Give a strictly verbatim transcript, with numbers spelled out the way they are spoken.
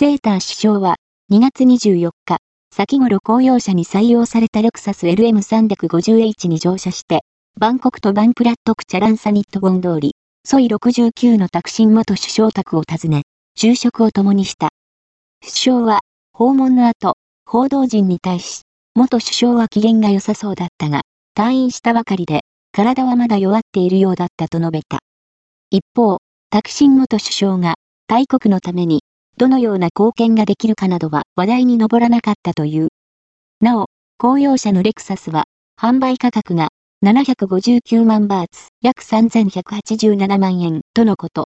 セーター首相はにがつにじゅうよっか、先頃公用車に採用されたレクサス エルエムさんご ゼロエイチ に乗車して、バンコクとバンプラットクチャランサニットゴン通り、ソイろくじゅうきゅうのタクシン元首相宅を訪ね、昼食を共にした。首相は、訪問の後、報道陣に対し、元首相は機嫌が良さそうだったが、退院したばかりで、体はまだ弱っているようだったと述べた。一方、タクシン元首相が、大国のために、どのような貢献ができるかなどは話題に上らなかったという。なお、公用車のレクサスは、販売価格がななひゃくごじゅうきゅうまんバーツ、約さんぜんひゃくはちじゅうななまんえんとのこと。